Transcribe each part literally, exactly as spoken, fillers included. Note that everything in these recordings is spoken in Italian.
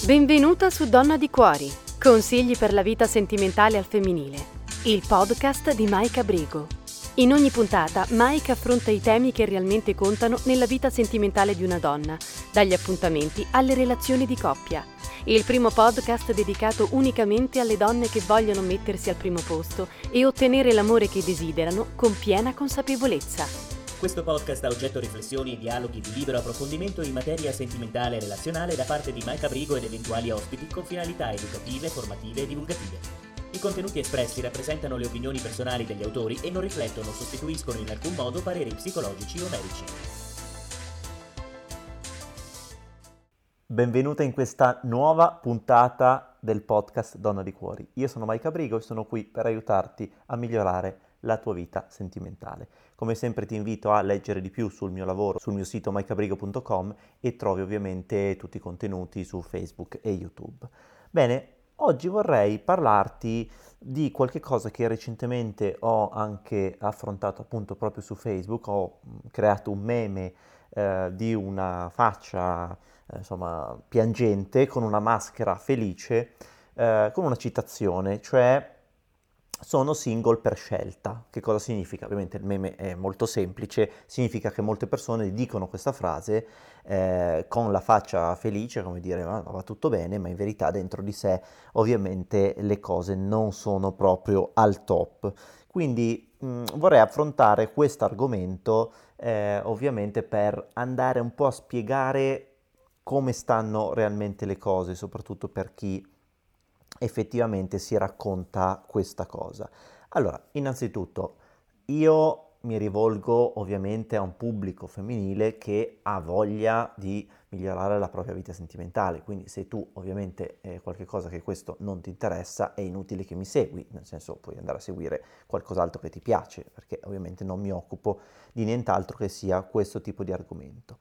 Benvenuta su Donna di Cuori, consigli per la vita sentimentale al femminile, il podcast di Maika Brigo. In ogni puntata Maika affronta i temi che realmente contano nella vita sentimentale di una donna, dagli appuntamenti alle relazioni di coppia. Il primo podcast dedicato unicamente alle donne che vogliono mettersi al primo posto e ottenere l'amore che desiderano con piena consapevolezza. Questo podcast ha oggetto riflessioni e dialoghi di libero approfondimento in materia sentimentale e relazionale da parte di Maika Brigo ed eventuali ospiti con finalità educative, formative e divulgative. I contenuti espressi rappresentano le opinioni personali degli autori e non riflettono o sostituiscono in alcun modo pareri psicologici o medici. Benvenuta in questa nuova puntata del podcast Donna di Cuori. Io sono Maika Brigo e sono qui per aiutarti a migliorare la tua vita sentimentale. Come sempre ti invito a leggere di più sul mio lavoro, sul mio sito maika brigo punto com e trovi ovviamente tutti i contenuti su Facebook e YouTube. Bene, oggi vorrei parlarti di qualche cosa che recentemente ho anche affrontato appunto proprio su Facebook. Ho creato un meme eh, di una faccia eh, insomma piangente con una maschera felice eh, con una citazione, cioè sono single per scelta. Che cosa significa? Ovviamente il meme è molto semplice, significa che molte persone dicono questa frase eh, con la faccia felice, come dire ma va tutto bene, ma in verità dentro di sé ovviamente le cose non sono proprio al top. Quindi mh, vorrei affrontare questo argomento eh, ovviamente per andare un po' a spiegare come stanno realmente le cose, soprattutto per chi effettivamente si racconta questa cosa. Allora, innanzitutto, io mi rivolgo ovviamente a un pubblico femminile che ha voglia di migliorare la propria vita sentimentale, quindi se tu ovviamente è qualche cosa che questo non ti interessa è inutile che mi segui, nel senso puoi andare a seguire qualcos'altro che ti piace, perché ovviamente non mi occupo di nient'altro che sia questo tipo di argomento.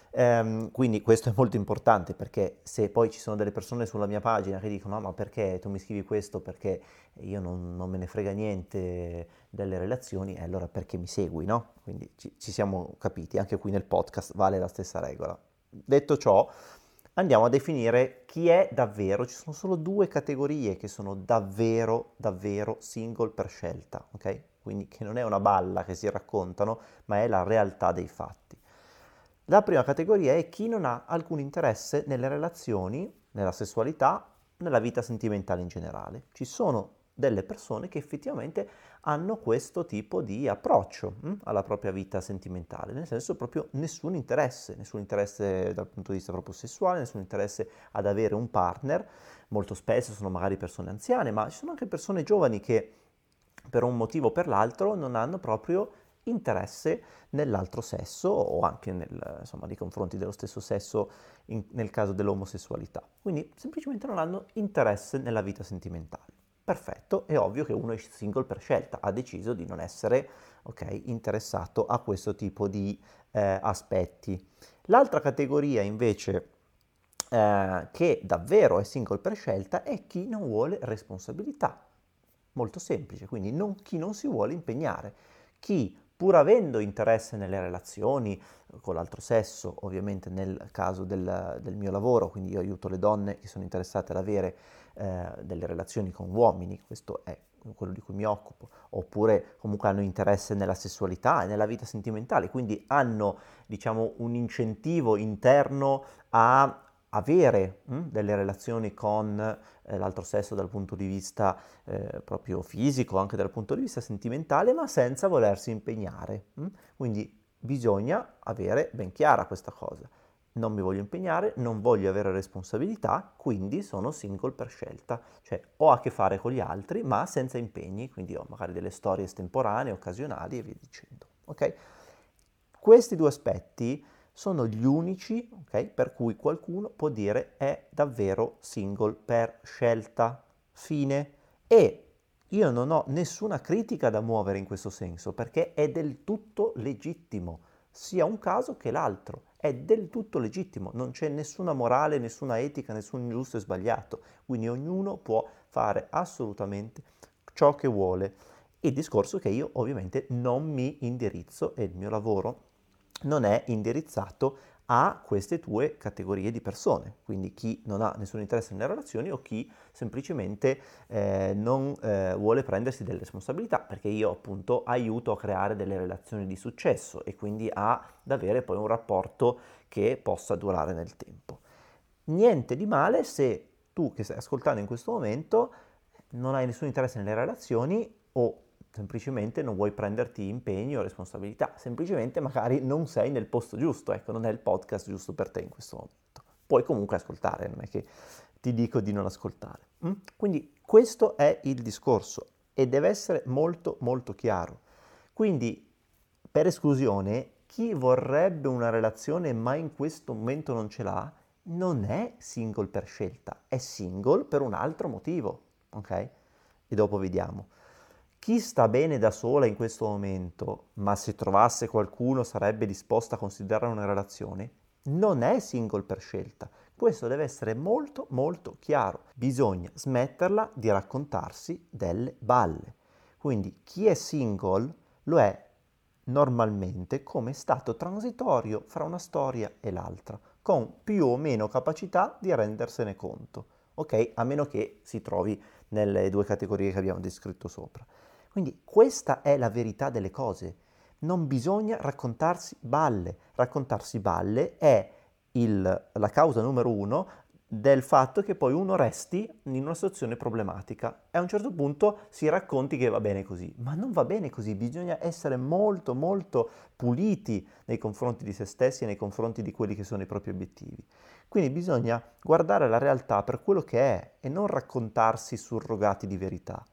Um, quindi questo è molto importante, perché se poi ci sono delle persone sulla mia pagina che dicono no, ma perché tu mi scrivi questo, perché io non, non me ne frega niente delle relazioni, e allora perché mi segui, no? Quindi ci, ci siamo capiti, anche qui nel podcast vale la stessa regola. Detto ciò, andiamo a definire chi è davvero. Ci sono solo due categorie che sono davvero, davvero single per scelta, ok? Quindi che non è una balla che si raccontano, ma è la realtà dei fatti. La prima categoria è chi non ha alcun interesse nelle relazioni, nella sessualità, nella vita sentimentale in generale. Ci sono delle persone che effettivamente hanno questo tipo di approccio hm, alla propria vita sentimentale, nel senso proprio nessun interesse, nessun interesse dal punto di vista proprio sessuale, nessun interesse ad avere un partner. Molto spesso sono magari persone anziane, ma ci sono anche persone giovani che per un motivo o per l'altro non hanno proprio interesse nell'altro sesso o anche nel, insomma, nei confronti dello stesso sesso in, nel caso dell'omosessualità. Quindi semplicemente non hanno interesse nella vita sentimentale. Perfetto, è ovvio che uno è single per scelta, ha deciso di non essere okay, interessato a questo tipo di eh, aspetti. L'altra categoria invece eh, che davvero è single per scelta è chi non vuole responsabilità. Molto semplice, quindi non, chi non si vuole impegnare, chi pur avendo interesse nelle relazioni con l'altro sesso, ovviamente nel caso del, del mio lavoro, quindi io aiuto le donne che sono interessate ad avere eh, delle relazioni con uomini, questo è quello di cui mi occupo, oppure comunque hanno interesse nella sessualità e nella vita sentimentale, quindi hanno, diciamo, un incentivo interno a avere hm, delle relazioni con eh, l'altro sesso dal punto di vista eh, proprio fisico, anche dal punto di vista sentimentale, ma senza volersi impegnare. Hm? Quindi bisogna avere ben chiara questa cosa. Non mi voglio impegnare, non voglio avere responsabilità, quindi sono single per scelta. Cioè ho a che fare con gli altri, ma senza impegni, quindi ho magari delle storie estemporanee, occasionali e via dicendo. Ok? Questi due aspetti sono gli unici, okay, per cui qualcuno può dire è davvero single per scelta, fine. E io non ho nessuna critica da muovere in questo senso, perché è del tutto legittimo, sia un caso che l'altro, è del tutto legittimo, non c'è nessuna morale, nessuna etica, nessun giusto e sbagliato, quindi ognuno può fare assolutamente ciò che vuole. Il discorso è che io ovviamente non mi indirizzo e il mio lavoro non è indirizzato a queste tue categorie di persone, quindi chi non ha nessun interesse nelle relazioni o chi semplicemente eh, non eh, vuole prendersi delle responsabilità, perché io appunto aiuto a creare delle relazioni di successo e quindi a, ad avere poi un rapporto che possa durare nel tempo. Niente di male se tu che stai ascoltando in questo momento non hai nessun interesse nelle relazioni o semplicemente non vuoi prenderti impegni o responsabilità, semplicemente magari non sei nel posto giusto, ecco, non è il podcast giusto per te in questo momento. Puoi comunque ascoltare, non è che ti dico di non ascoltare. Mm? Quindi questo è il discorso e deve essere molto molto chiaro. Quindi, per esclusione, chi vorrebbe una relazione ma in questo momento non ce l'ha, non è single per scelta, è single per un altro motivo, ok? E dopo vediamo. Chi sta bene da sola in questo momento, ma se trovasse qualcuno sarebbe disposto a considerare una relazione, non è single per scelta. Questo deve essere molto molto chiaro. Bisogna smetterla di raccontarsi delle balle. Quindi chi è single lo è normalmente come stato transitorio fra una storia e l'altra, con più o meno capacità di rendersene conto, ok? A meno che si trovi nelle due categorie che abbiamo descritto sopra. Quindi questa è la verità delle cose. Non bisogna raccontarsi balle. Raccontarsi balle è il, la causa numero uno del fatto che poi uno resti in una situazione problematica e a un certo punto si racconti che va bene così. Ma non va bene così, bisogna essere molto molto puliti nei confronti di se stessi e nei confronti di quelli che sono i propri obiettivi. Quindi bisogna guardare la realtà per quello che è e non raccontarsi surrogati di verità.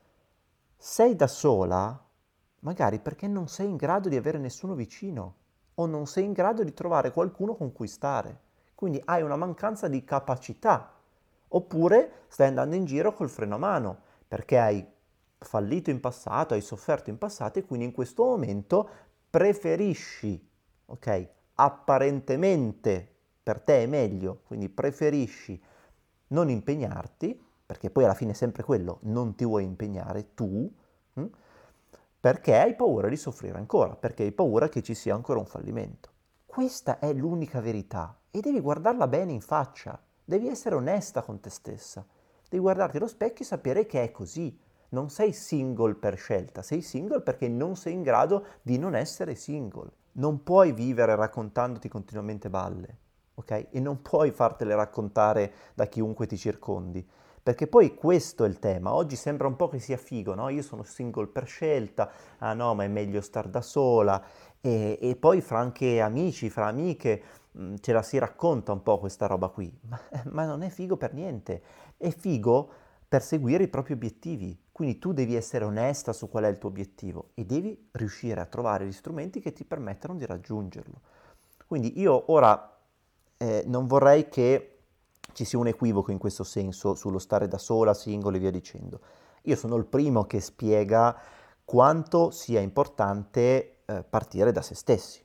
Sei da sola, magari perché non sei in grado di avere nessuno vicino o non sei in grado di trovare qualcuno con cui stare. Quindi hai una mancanza di capacità. Oppure stai andando in giro col freno a mano perché hai fallito in passato, hai sofferto in passato e quindi in questo momento preferisci, ok? Apparentemente per te è meglio, quindi preferisci non impegnarti, perché poi alla fine è sempre quello, non ti vuoi impegnare tu, hm? Perché hai paura di soffrire ancora, perché hai paura che ci sia ancora un fallimento. Questa è l'unica verità e devi guardarla bene in faccia, devi essere onesta con te stessa, devi guardarti allo specchio e sapere che è così. Non sei single per scelta, sei single perché non sei in grado di non essere single. Non puoi vivere raccontandoti continuamente balle, ok? E non puoi fartele raccontare da chiunque ti circondi. Perché poi questo è il tema, oggi sembra un po' che sia figo, no? Io sono single per scelta, ah no, ma è meglio star da sola, e, e poi fra anche amici, fra amiche, mh, ce la si racconta un po' questa roba qui, ma, ma non è figo per niente, è figo per seguire i propri obiettivi, quindi tu devi essere onesta su qual è il tuo obiettivo e devi riuscire a trovare gli strumenti che ti permettano di raggiungerlo. Quindi io ora eh, non vorrei che ci sia un equivoco in questo senso sullo stare da sola, single e via dicendo. Io sono il primo che spiega quanto sia importante eh, partire da se stessi.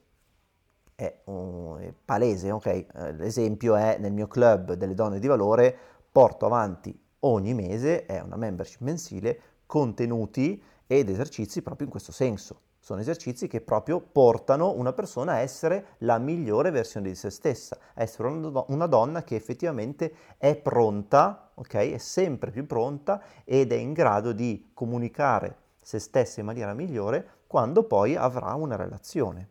È, un, è palese, ok? Eh, l'esempio è nel mio club delle donne di valore, porto avanti ogni mese, è una membership mensile, contenuti ed esercizi proprio in questo senso. Sono esercizi che proprio portano una persona a essere la migliore versione di se stessa, a essere una donna che effettivamente è pronta, ok? È sempre più pronta ed è in grado di comunicare se stessa in maniera migliore quando poi avrà una relazione.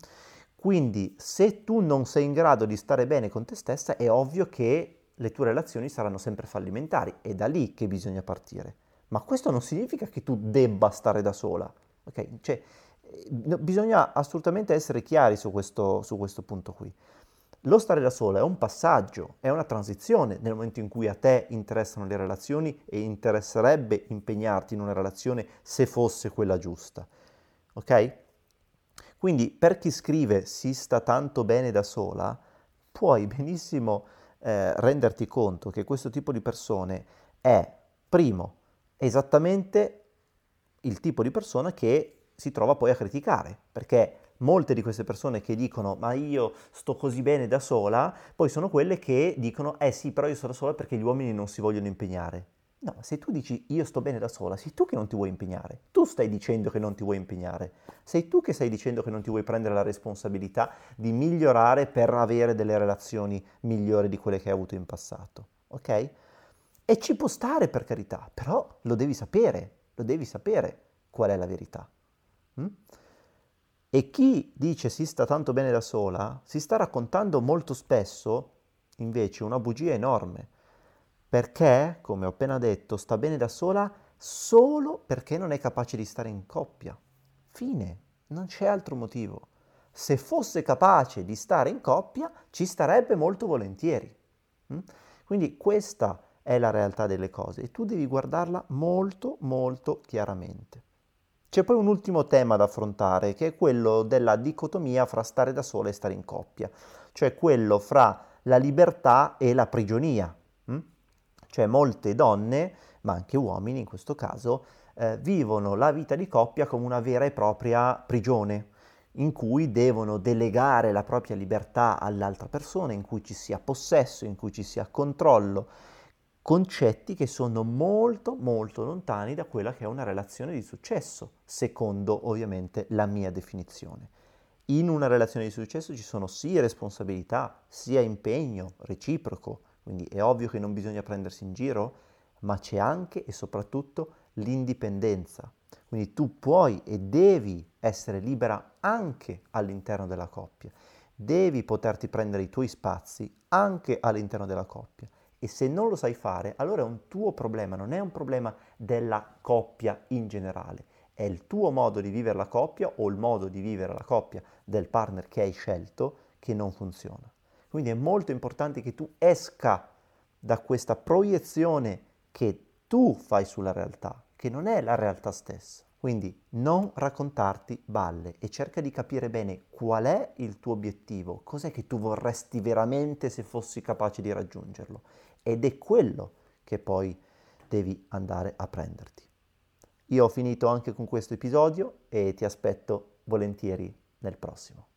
Quindi se tu non sei in grado di stare bene con te stessa, è ovvio che le tue relazioni saranno sempre fallimentari, è da lì che bisogna partire. Ma questo non significa che tu debba stare da sola, ok? Cioè, bisogna assolutamente essere chiari su questo, su questo punto qui. Lo stare da sola è un passaggio, è una transizione nel momento in cui a te interessano le relazioni e interesserebbe impegnarti in una relazione se fosse quella giusta, ok? Quindi per chi scrive si sta tanto bene da sola, puoi benissimo eh, renderti conto che questo tipo di persone è, primo, esattamente il tipo di persona che si trova poi a criticare, perché molte di queste persone che dicono ma io sto così bene da sola, poi sono quelle che dicono eh sì, però io sono da sola perché gli uomini non si vogliono impegnare. No, se tu dici io sto bene da sola, sei tu che non ti vuoi impegnare. Tu stai dicendo che non ti vuoi impegnare. Sei tu che stai dicendo che non ti vuoi prendere la responsabilità di migliorare per avere delle relazioni migliori di quelle che hai avuto in passato. Ok? E ci può stare, per carità, però lo devi sapere, lo devi sapere qual è la verità. Mm? E chi dice si sta tanto bene da sola, si sta raccontando molto spesso, invece, una bugia enorme. Perché, come ho appena detto, sta bene da sola solo perché non è capace di stare in coppia. Fine, non c'è altro motivo. Se fosse capace di stare in coppia, ci starebbe molto volentieri. Mm? Quindi questa è la realtà delle cose e tu devi guardarla molto, molto chiaramente. C'è poi un ultimo tema da affrontare, che è quello della dicotomia fra stare da sola e stare in coppia, cioè quello fra la libertà e la prigionia. Mm? Cioè molte donne, ma anche uomini in questo caso, eh, vivono la vita di coppia come una vera e propria prigione, in cui devono delegare la propria libertà all'altra persona, in cui ci sia possesso, in cui ci sia controllo, concetti che sono molto molto lontani da quella che è una relazione di successo, secondo ovviamente la mia definizione. In una relazione di successo ci sono sia responsabilità, sia impegno reciproco, quindi è ovvio che non bisogna prendersi in giro, ma c'è anche e soprattutto l'indipendenza. Quindi tu puoi e devi essere libera anche all'interno della coppia, devi poterti prendere i tuoi spazi anche all'interno della coppia. E se non lo sai fare, allora è un tuo problema, non è un problema della coppia in generale, è il tuo modo di vivere la coppia o il modo di vivere la coppia del partner che hai scelto che non funziona. Quindi è molto importante che tu esca da questa proiezione che tu fai sulla realtà, che non è la realtà stessa. Quindi non raccontarti balle e cerca di capire bene qual è il tuo obiettivo, cos'è che tu vorresti veramente se fossi capace di raggiungerlo. Ed è quello che poi devi andare a prenderti. Io ho finito anche con questo episodio e ti aspetto volentieri nel prossimo.